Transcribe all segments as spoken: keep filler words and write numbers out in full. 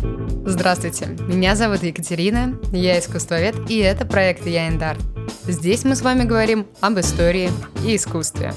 Здравствуйте, меня зовут Екатерина, я искусствовед, и это проект «Я Индар». Здесь мы с вами говорим об истории и искусстве.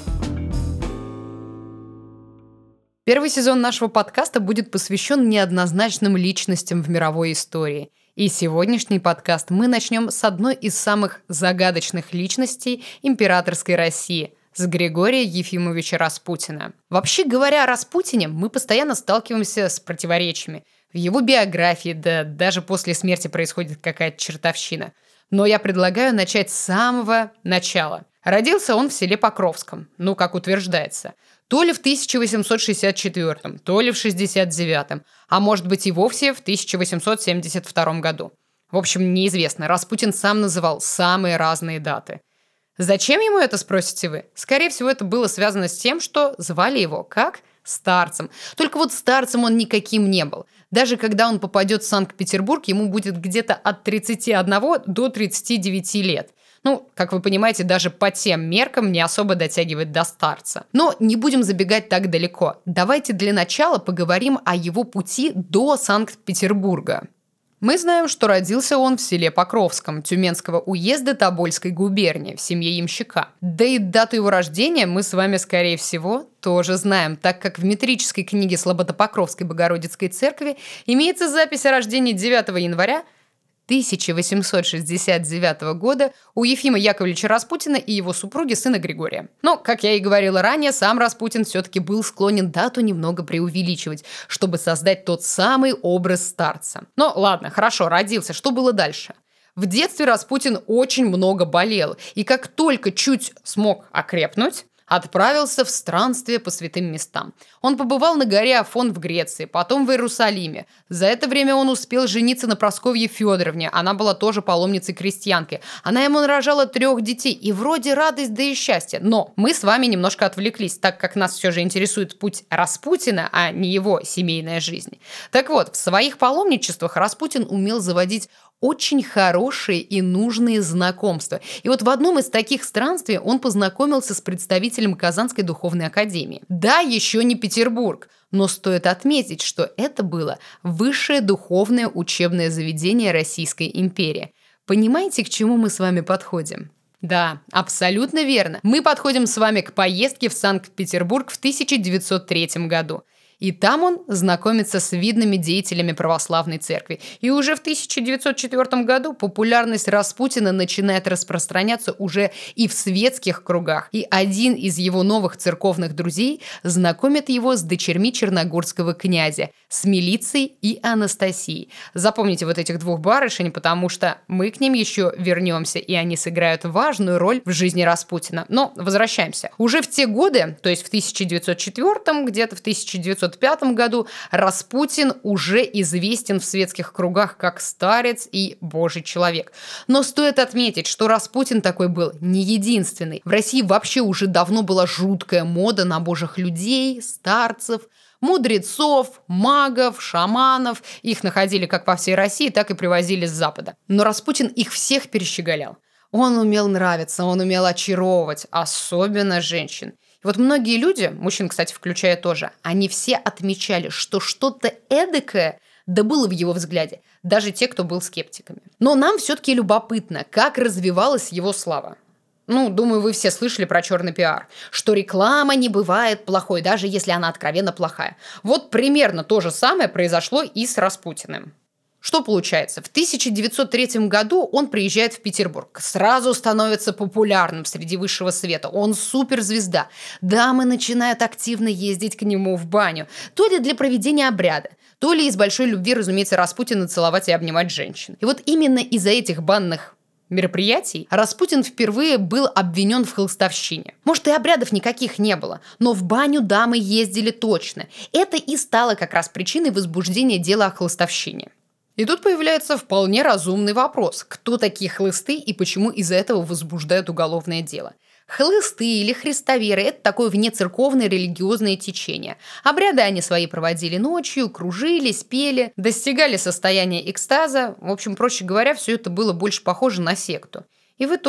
Первый сезон нашего подкаста будет посвящен неоднозначным личностям в мировой истории. И сегодняшний подкаст мы начнем с одной из самых загадочных личностей императорской России – с Григория Ефимовича Распутина. Вообще говоря о Распутине, мы постоянно сталкиваемся с противоречиями. В его биографии, да даже после смерти происходит какая-то чертовщина. Но я предлагаю начать с самого начала. Родился он в селе Покровском, ну, как утверждается. То ли в тысяча восемьсот шестьдесят четвёртом, то ли в шестьдесят девятом, а может быть и вовсе в тысяча восемьсот семьдесят втором году. В общем, неизвестно, Распутин сам называл самые разные даты. Зачем ему это, спросите вы? Скорее всего, это было связано с тем, что звали его как старцем. Только вот старцем он никаким не был. Даже когда он попадет в Санкт-Петербург, ему будет где-то от тридцати одного до тридцати девяти лет. Ну, как вы понимаете, даже по тем меркам не особо дотягивает до старца. Но не будем забегать так далеко. Давайте для начала поговорим о его пути до Санкт-Петербурга. Мы знаем, что родился он в селе Покровском Тюменского уезда Тобольской губернии в семье ямщика. Да и дату его рождения мы с вами, скорее всего, тоже знаем, так как в метрической книге Слободо-Покровской Богородицкой церкви имеется запись о рождении девятого января тысяча восемьсот шестьдесят девятого года у Ефима Яковлевича Распутина и его супруги сына Григория. Но, как я и говорила ранее, сам Распутин все-таки был склонен дату немного преувеличивать, чтобы создать тот самый образ старца. Но ладно, хорошо, родился, что было дальше? В детстве Распутин очень много болел, и как только чуть смог окрепнуть, отправился в странствие по святым местам. Он побывал на горе Афон в Греции, потом в Иерусалиме. За это время он успел жениться на Прасковье Федоровне. Она была тоже паломницей-крестьянкой. Она ему нарожала трех детей. И вроде радость, да и счастье. Но мы с вами немножко отвлеклись, так как нас все же интересует путь Распутина, а не его семейная жизнь. Так вот, в своих паломничествах Распутин умел заводить очень хорошие и нужные знакомства. И вот в одном из таких странствий он познакомился с представителем Казанской духовной академии. Да, еще не Петербург, но стоит отметить, что это было высшее духовное учебное заведение Российской империи. Понимаете, к чему мы с вами подходим? Да, абсолютно верно. Мы подходим с вами к поездке в Санкт-Петербург в тысяча девятьсот третьем году. И там он знакомится с видными деятелями православной церкви. И уже в тысяча девятьсот четвёртом году популярность Распутина начинает распространяться уже и в светских кругах. И один из его новых церковных друзей знакомит его с дочерьми черногорского князя, с Милицией и Анастасией. Запомните вот этих двух барышень, потому что мы к ним еще вернемся, и они сыграют важную роль в жизни Распутина. Но возвращаемся. Уже в те годы, то есть в тысяча девятьсот четвёртом, где-то в тысяча девятьсот пятом году, Распутин уже известен в светских кругах как старец и божий человек. Но стоит отметить, что Распутин такой был не единственный. В России вообще уже давно была жуткая мода на божьих людей, старцев, мудрецов, магов, шаманов. Их находили как по всей России, так и привозили с Запада. Но Распутин их всех перещеголял. Он умел нравиться, он умел очаровывать, особенно женщин. И вот многие люди, мужчин, кстати, включая тоже, они все отмечали, что что-то эдакое да было в его взгляде, даже те, кто был скептиками. Но нам все-таки любопытно, как развивалась его слава. Ну, думаю, вы все слышали про черный пиар, что реклама не бывает плохой, даже если она откровенно плохая. Вот примерно то же самое произошло и с Распутиным. Что получается? В тысяча девятьсот третьем году он приезжает в Петербург. Сразу становится популярным среди высшего света. Он суперзвезда. Дамы начинают активно ездить к нему в баню. То ли для проведения обряда, то ли из большой любви, разумеется, Распутина целовать и обнимать женщин. И вот именно из-за этих банных мероприятий Распутин впервые был обвинен в хлыстовщине. Может, и обрядов никаких не было, но в баню дамы ездили точно. Это и стало как раз причиной возбуждения дела о хлыстовщине. И тут появляется вполне разумный вопрос, кто такие хлысты и почему из-за этого возбуждают уголовное дело. Хлысты или христоверы – это такое внецерковное религиозное течение. Обряды они свои проводили ночью, кружились, пели, достигали состояния экстаза. В общем, проще говоря, все это было больше похоже на секту. И в итоге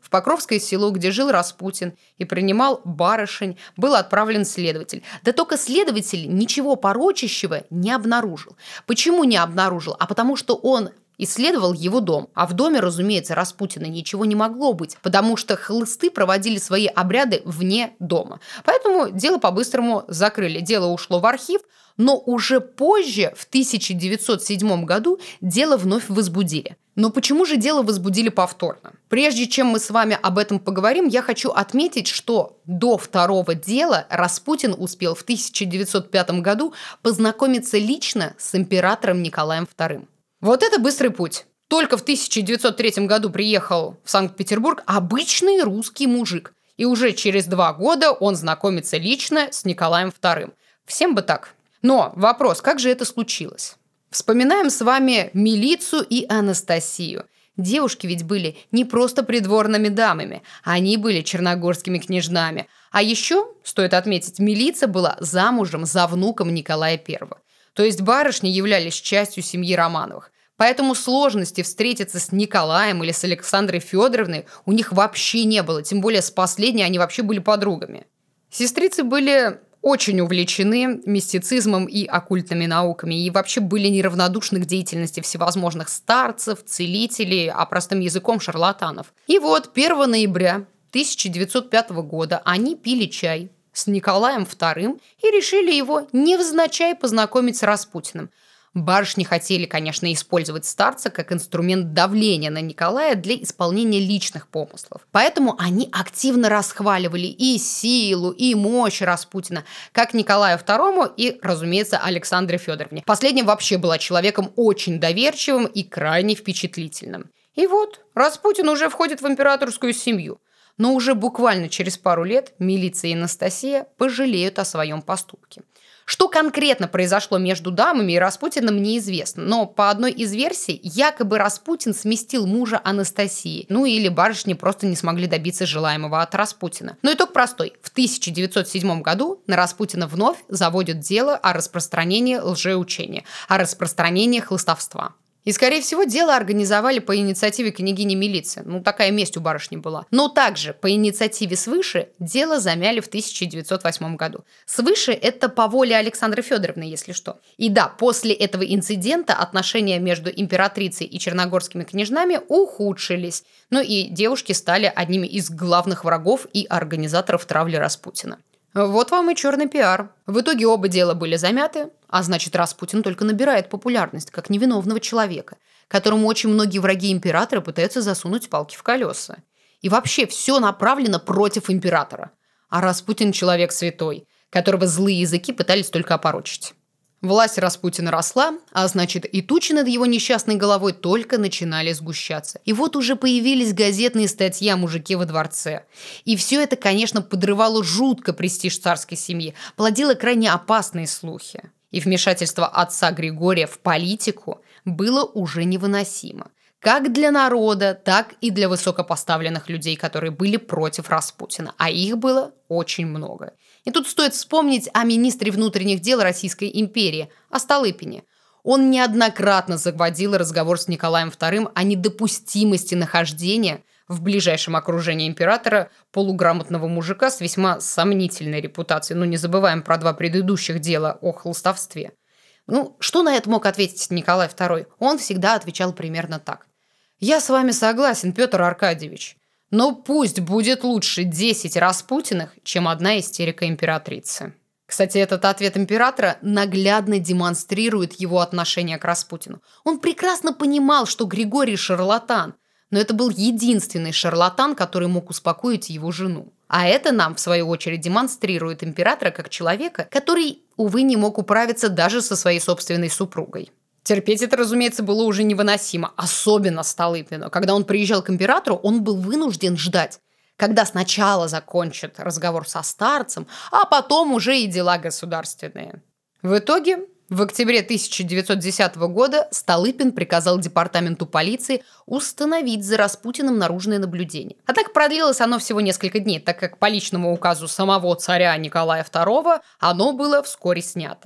В Покровское село, где жил Распутин и принимал барышень, был отправлен следователь. Да только следователь ничего порочащего не обнаружил. Почему не обнаружил? А потому что он исследовал его дом. А в доме, разумеется, Распутина ничего не могло быть, потому что хлысты проводили свои обряды вне дома. Поэтому дело по-быстрому закрыли. Дело ушло в архив, но уже позже, в тысяча девятьсот седьмом году, дело вновь возбудили. Но почему же дело возбудили повторно? Прежде чем мы с вами об этом поговорим, я хочу отметить, что до второго дела Распутин успел в тысяча девятьсот пятом году познакомиться лично с императором Николаем вторым. Вот это быстрый путь. Только в тысяча девятьсот третьем году приехал в Санкт-Петербург обычный русский мужик. И уже через два года он знакомится лично с Николаем вторым. Всем бы так. Но вопрос, как же это случилось? Вспоминаем с вами Милицу и Анастасию. Девушки ведь были не просто придворными дамами, они были черногорскими княжнами. А еще, стоит отметить, Милица была замужем за внуком Николая первого. То есть барышни являлись частью семьи Романовых. Поэтому сложности встретиться с Николаем или с Александрой Федоровной у них вообще не было. Тем более с последней они вообще были подругами. Сестрицы были очень увлечены мистицизмом и оккультными науками и вообще были неравнодушны к деятельности всевозможных старцев, целителей, а простым языком шарлатанов. И вот первого ноября тысяча девятьсот пятого года они пили чай с Николаем вторым и решили его невзначай познакомить с Распутиным. Барышни хотели, конечно, использовать старца как инструмент давления на Николая для исполнения личных помыслов. Поэтому они активно расхваливали и силу, и мощь Распутина, как Николаю второму и, разумеется, Александре Федоровне. Последняя вообще была человеком очень доверчивым и крайне впечатлительным. И вот Распутин уже входит в императорскую семью. Но уже буквально через пару лет Милица и Анастасия пожалеют о своем поступке. Что конкретно произошло между дамами и Распутиным, неизвестно. Но по одной из версий, якобы Распутин сместил мужа Анастасии. Ну или барышни просто не смогли добиться желаемого от Распутина. Но итог простой. В тысяча девятьсот седьмом году на Распутина вновь заводят дело о распространении лжеучения, о распространении хлыстовства. И, скорее всего, дело организовали по инициативе княгини Милицы. Ну, такая месть у барышни была. Но также по инициативе свыше дело замяли в тысяча девятьсот восьмом году. Свыше это по воле Александры Федоровны, если что. И да, после этого инцидента отношения между императрицей и черногорскими княжнами ухудшились. Ну и девушки стали одними из главных врагов и организаторов травли Распутина. Вот вам и черный пиар. В итоге оба дела были замяты, а значит, Распутин только набирает популярность, как невиновного человека, которому очень многие враги императора пытаются засунуть палки в колеса. И вообще все направлено против императора. А Распутин человек святой, которого злые языки пытались только опорочить. Власть Распутина росла, а значит, и тучи над его несчастной головой только начинали сгущаться. И вот уже появились газетные статьи о мужике во дворце. И все это, конечно, подрывало жутко престиж царской семьи, плодило крайне опасные слухи. И вмешательство отца Григория в политику было уже невыносимо. Как для народа, так и для высокопоставленных людей, которые были против Распутина. А их было очень много. И тут стоит вспомнить о министре внутренних дел Российской империи, о Столыпине. Он неоднократно заводил разговор с Николаем вторым о недопустимости нахождения в ближайшем окружении императора полуграмотного мужика с весьма сомнительной репутацией. Но не забываем про два предыдущих дела о хлыстовстве. Ну, что на это мог ответить Николай второй? Он всегда отвечал примерно так. «Я с вами согласен, Петр Аркадьевич, но пусть будет лучше десять Распутиных, чем одна истерика императрицы». Кстати, этот ответ императора наглядно демонстрирует его отношение к Распутину. Он прекрасно понимал, что Григорий шарлатан, но это был единственный шарлатан, который мог успокоить его жену. А это нам, в свою очередь, демонстрирует императора как человека, который, увы, не мог управиться даже со своей собственной супругой. Терпеть это, разумеется, было уже невыносимо, особенно Столыпину. Когда он приезжал к императору, он был вынужден ждать, когда сначала закончит разговор со старцем, а потом уже и дела государственные. В итоге, в октябре тысяча девятьсот десятого года Столыпин приказал департаменту полиции установить за Распутиным наружное наблюдение. Однако продлилось оно всего несколько дней, так как по личному указу самого царя Николая второго оно было вскоре снято.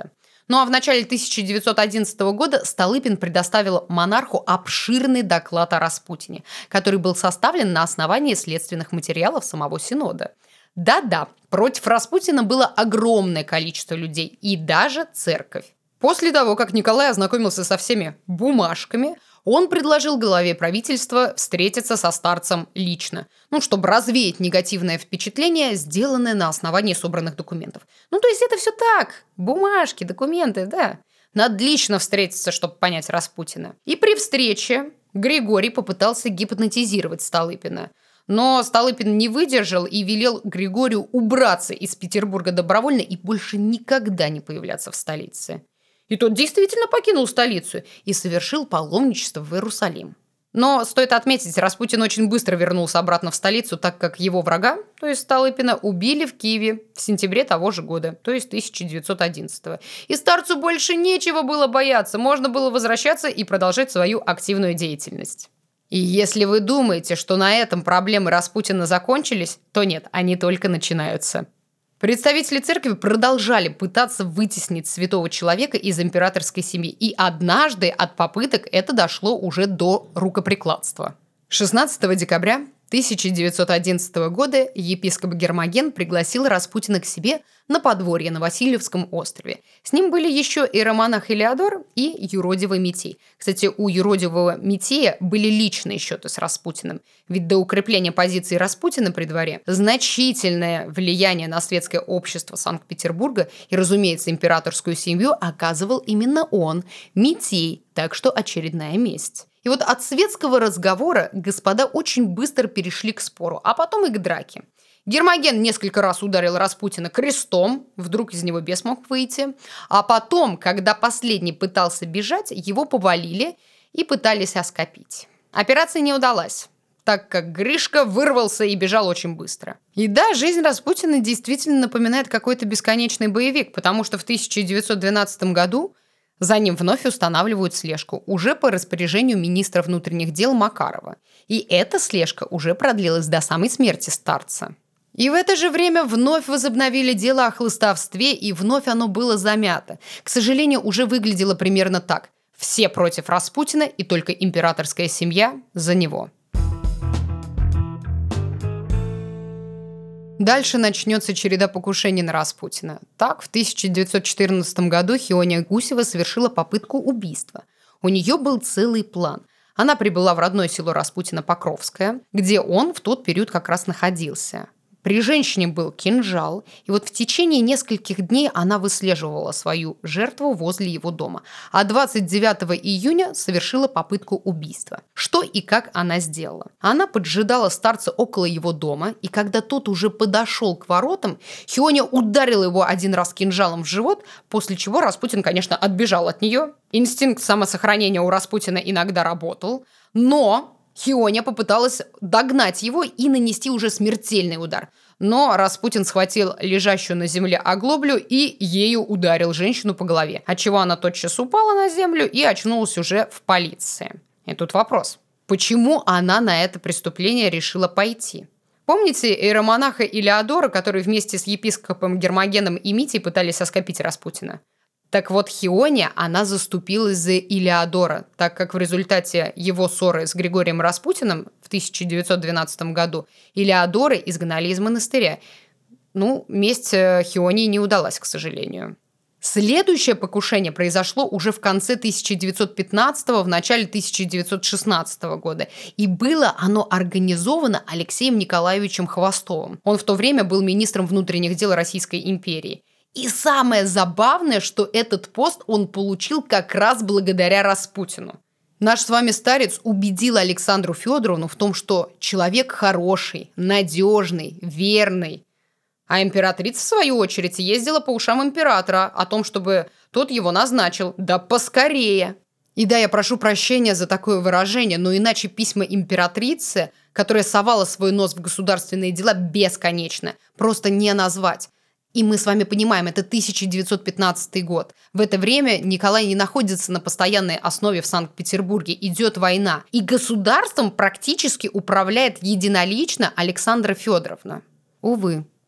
Ну а в начале тысяча девятьсот одиннадцатого года Столыпин предоставил монарху обширный доклад о Распутине, который был составлен на основании следственных материалов самого Синода. Да-да, против Распутина было огромное количество людей и даже церковь. После того, как Николай ознакомился со всеми бумажками, он предложил главе правительства встретиться со старцем лично, ну, чтобы развеять негативное впечатление, сделанное на основании собранных документов. Ну, то есть это все так, бумажки, документы, да. Надо лично встретиться, чтобы понять Распутина. И при встрече Григорий попытался гипнотизировать Столыпина. Но Столыпин не выдержал и велел Григорию убраться из Петербурга добровольно и больше никогда не появляться в столице. И тот действительно покинул столицу и совершил паломничество в Иерусалим. Но стоит отметить, Распутин очень быстро вернулся обратно в столицу, так как его врага, то есть Столыпина, убили в Киеве в сентябре того же года, то есть тысяча девятьсот одиннадцатого. И старцу больше нечего было бояться, можно было возвращаться и продолжать свою активную деятельность. И если вы думаете, что на этом проблемы Распутина закончились, то нет, они только начинаются. Представители церкви продолжали пытаться вытеснить святого человека из императорской семьи, и однажды от попыток это дошло уже до рукоприкладства. шестнадцатого декабря тысяча девятьсот одиннадцатого года епископ Гермоген пригласил Распутина к себе на подворье на Васильевском острове. С ним были еще иеромонах Илеодор и юродивый Митей. Кстати, у юродивого Митея были личные счеты с Распутиным, ведь до укрепления позиций Распутина при дворе значительное влияние на светское общество Санкт-Петербурга и, разумеется, императорскую семью оказывал именно он, Митей, так что очередная месть. И вот от светского разговора господа очень быстро перешли к спору, а потом и к драке. Гермоген несколько раз ударил Распутина крестом, вдруг из него бес мог выйти. А потом, когда последний пытался бежать, его повалили и пытались оскопить. Операция не удалась, так как Гришка вырвался и бежал очень быстро. И да, жизнь Распутина действительно напоминает какой-то бесконечный боевик, потому что в тысяча девятьсот двенадцатом году за ним вновь устанавливают слежку, уже по распоряжению министра внутренних дел Макарова. И эта слежка уже продлилась до самой смерти старца. И в это же время вновь возобновили дело о хлыстовстве, и вновь оно было замято. К сожалению, уже выглядело примерно так. Все против Распутина, и только императорская семья за него. Дальше начнется череда покушений на Распутина. Так, в тысяча девятьсот четырнадцатом году Хиония Гусева совершила попытку убийства. У нее был целый план. Она прибыла в родное село Распутина Покровское, где он в тот период как раз находился. При женщине был кинжал, и вот в течение нескольких дней она выслеживала свою жертву возле его дома, а двадцать девятого июня совершила попытку убийства. Что и как она сделала? Она поджидала старца около его дома, и когда тот уже подошел к воротам, Хиония ударила его один раз кинжалом в живот, после чего Распутин, конечно, отбежал от нее. Инстинкт самосохранения у Распутина иногда работал, но Хиония попыталась догнать его и нанести уже смертельный удар. Но Распутин схватил лежащую на земле оглоблю и ею ударил женщину по голове, отчего она тотчас упала на землю и очнулась уже в полиции. И тут вопрос. Почему она на это преступление решила пойти? Помните иеромонаха Илеодора, который вместе с епископом Гермогеном и Митей пытались оскопить Распутина? Так вот, Хиония, она заступилась за Илеодора, так как в результате его ссоры с Григорием Распутиным в тысяча девятьсот двенадцатом году Илеодора изгнали из монастыря. Ну, месть Хионии не удалась, к сожалению. Следующее покушение произошло уже в конце тысяча девятьсот пятнадцатого, в начале тысяча девятьсот шестнадцатого года. И было оно организовано Алексеем Николаевичем Хвостовым. Он в то время был министром внутренних дел Российской империи. И самое забавное, что этот пост он получил как раз благодаря Распутину. Наш с вами старец убедил Александру Федоровну в том, что человек хороший, надежный, верный. А императрица, в свою очередь, ездила по ушам императора о том, чтобы тот его назначил. Да поскорее! И да, я прошу прощения за такое выражение, но иначе письма императрицы, которая совала свой нос в государственные дела, бесконечно. Просто не назвать. И мы с вами понимаем, это тысяча девятьсот пятнадцатый год. В это время Николай не находится на постоянной основе в Санкт-Петербурге. Идет война. И государством практически управляет единолично Александра Федоровна. Увы.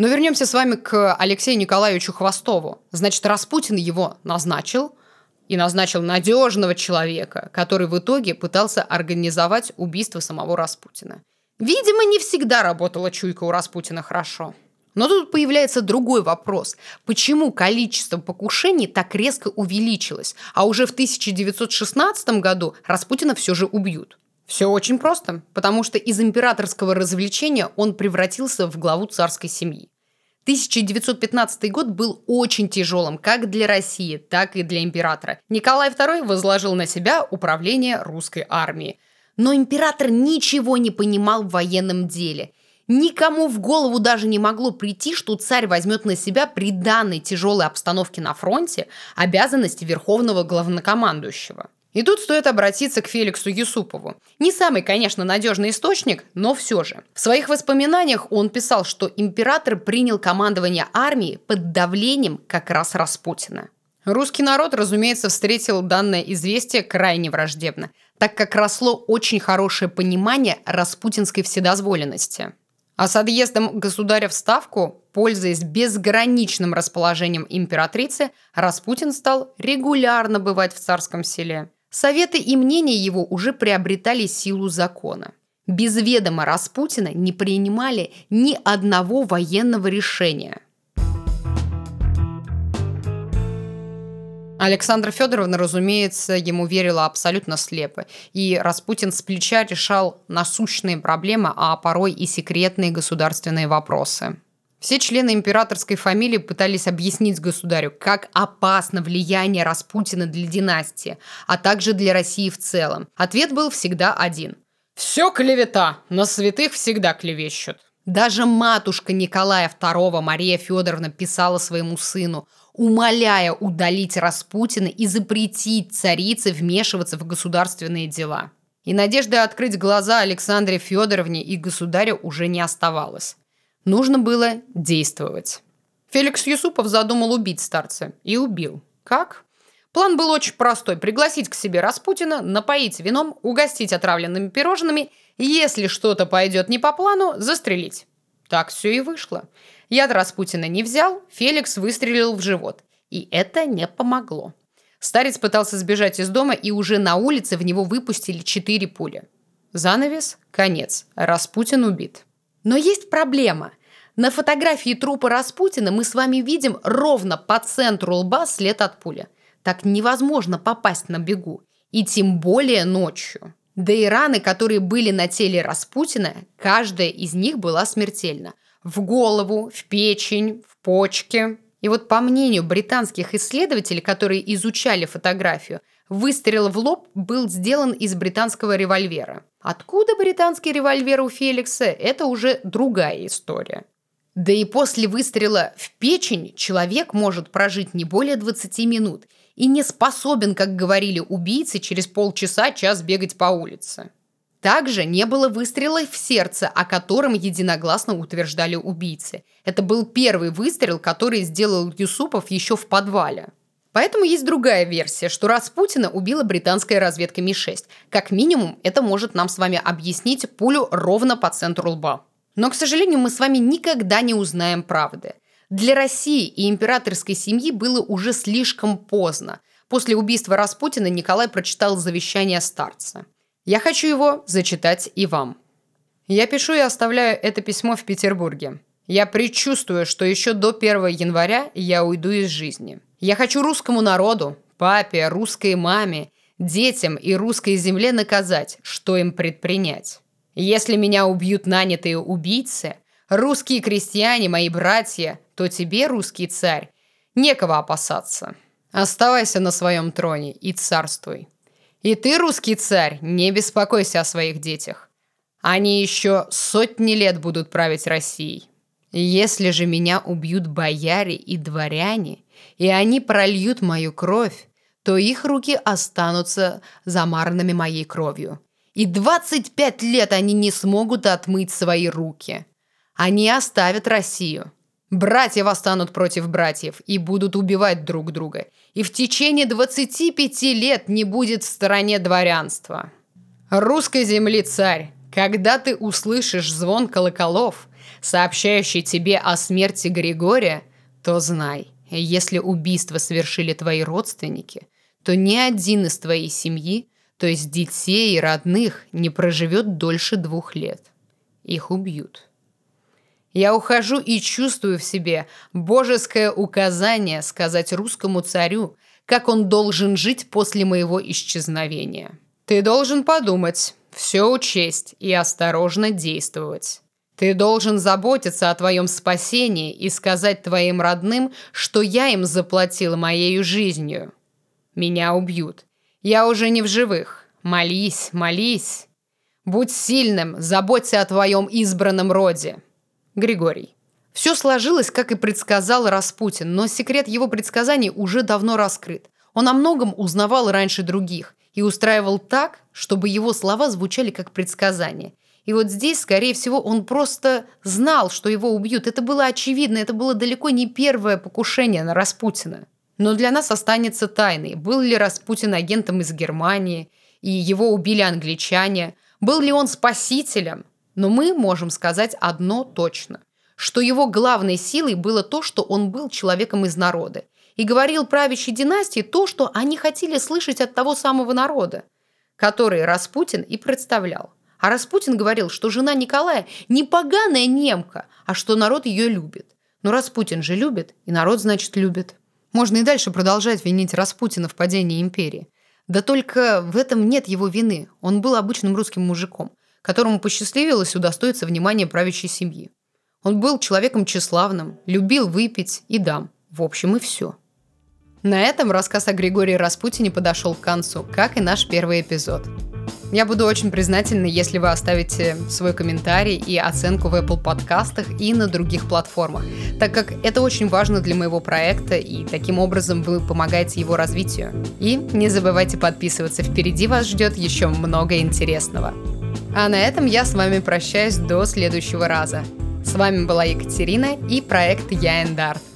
Но вернемся с вами к Алексею Николаевичу Хвостову. Значит, Распутин его назначил, и назначил надежного человека, который в итоге пытался организовать убийство самого Распутина. Видимо, не всегда работала чуйка у Распутина хорошо. Но тут появляется другой вопрос. Почему количество покушений так резко увеличилось, а уже в тысяча девятьсот шестнадцатом году Распутина все же убьют? Все очень просто, потому что из императорского развлечения он превратился в главу царской семьи. тысяча девятьсот пятнадцатый год был очень тяжелым как для России, так и для императора. Николай второй возложил на себя управление русской армией. Но император ничего не понимал в военном деле. Никому в голову даже не могло прийти, что царь возьмет на себя при данной тяжелой обстановке на фронте обязанности верховного главнокомандующего. И тут стоит обратиться к Феликсу Юсупову. Не самый, конечно, надежный источник, но все же. В своих воспоминаниях он писал, что император принял командование армией под давлением как раз Распутина. Русский народ, разумеется, встретил данное известие крайне враждебно, так как росло очень хорошее понимание распутинской вседозволенности. А с отъездом государя в Ставку, пользуясь безграничным расположением императрицы, Распутин стал регулярно бывать в царском селе. Советы и мнения его уже приобретали силу закона. Без ведома Распутина не принимали ни одного военного решения. Александра Федоровна, разумеется, ему верила абсолютно слепо, и Распутин с плеча решал насущные проблемы, а порой и секретные государственные вопросы. Все члены императорской фамилии пытались объяснить государю, как опасно влияние Распутина для династии, а также для России в целом. Ответ был всегда один. «Все клевета, на святых всегда клевещут». Даже матушка Николая второго Мария Федоровна писала своему сыну, умоляя удалить Распутина и запретить царице вмешиваться в государственные дела. И надежды открыть глаза Александре Федоровне и государю уже не оставалось. Нужно было действовать. Феликс Юсупов задумал убить старца. И убил. Как? План был очень простой. Пригласить к себе Распутина, напоить вином, угостить отравленными пирожными. Если что-то пойдет не по плану, застрелить. Так все и вышло. Яд Распутина не взял, Феликс выстрелил в живот. И это не помогло. Старец пытался сбежать из дома, и уже на улице в него выпустили четыре пули. Занавес, конец. Распутин убит. Но есть проблема. На фотографии трупа Распутина мы с вами видим ровно по центру лба след от пули. Так невозможно попасть на бегу. И тем более ночью. Да и раны, которые были на теле Распутина, каждая из них была смертельна. В голову, в печень, в почки. И вот по мнению британских исследователей, которые изучали фотографию, выстрел в лоб был сделан из британского револьвера. Откуда британский револьвер у Феликса – это уже другая история. Да и после выстрела в печень человек может прожить не более двадцати минут и не способен, как говорили убийцы, через полчаса-час бегать по улице. Также не было выстрела в сердце, о котором единогласно утверждали убийцы. Это был первый выстрел, который сделал Юсупов еще в подвале. Поэтому есть другая версия, что Распутина убила британская разведка Ми шесть. Как минимум, это может нам с вами объяснить пулю ровно по центру лба. Но, к сожалению, мы с вами никогда не узнаем правды. Для России и императорской семьи было уже слишком поздно. После убийства Распутина Николай прочитал завещание старца. Я хочу его зачитать и вам. Я пишу и оставляю это письмо в Петербурге. Я предчувствую, что еще до первого января я уйду из жизни. Я хочу русскому народу, папе, русской маме, детям и русской земле наказать, что им предпринять. Если меня убьют нанятые убийцы, русские крестьяне, мои братья, то тебе, русский царь, некого опасаться. Оставайся на своем троне и царствуй. И ты, русский царь, не беспокойся о своих детях. Они еще сотни лет будут править Россией. Если же меня убьют бояре и дворяне, и они прольют мою кровь, то их руки останутся замаранными моей кровью. И двадцать пять лет они не смогут отмыть свои руки. Они оставят Россию. Братья восстанут против братьев и будут убивать друг друга. И в течение двадцати пяти лет не будет в стороне дворянства. Русской земли царь, когда ты услышишь звон колоколов, сообщающий тебе о смерти Григория, то знай, если убийство совершили твои родственники, то ни один из твоей семьи, то есть детей и родных, не проживет дольше двух лет. Их убьют. Я ухожу и чувствую в себе божеское указание сказать русскому царю, как он должен жить после моего исчезновения. Ты должен подумать, все учесть и осторожно действовать. Ты должен заботиться о твоем спасении и сказать твоим родным, что я им заплатил моею жизнью. Меня убьют. Я уже не в живых. Молись, молись. Будь сильным, заботься о твоем избранном роде. Григорий. Все сложилось, как и предсказал Распутин, но секрет его предсказаний уже давно раскрыт. Он о многом узнавал раньше других и устраивал так, чтобы его слова звучали как предсказания. И вот здесь, скорее всего, он просто знал, что его убьют. Это было очевидно, это было далеко не первое покушение на Распутина. Но для нас останется тайной, был ли Распутин агентом из Германии, и его убили англичане, был ли он спасителем. Но мы можем сказать одно точно, что его главной силой было то, что он был человеком из народа и говорил правящей династии то, что они хотели слышать от того самого народа, который Распутин и представлял. А Распутин говорил, что жена Николая не поганая немка, а что народ ее любит. Но Распутин же любит, и народ, значит, любит. Можно и дальше продолжать винить Распутина в падении империи. Да только в этом нет его вины. Он был обычным русским мужиком, которому посчастливилось удостоиться внимания правящей семьи. Он был человеком тщеславным, любил выпить и дам. В общем, и все. На этом рассказ о Григории Распутине подошел к концу, как и наш первый эпизод. Я буду очень признательна, если вы оставите свой комментарий и оценку в Apple подкастах и на других платформах, так как это очень важно для моего проекта, и таким образом вы помогаете его развитию. И не забывайте подписываться, впереди вас ждет еще много интересного. А на этом я с вами прощаюсь до следующего раза. С вами была Екатерина и проект Я энд Арт.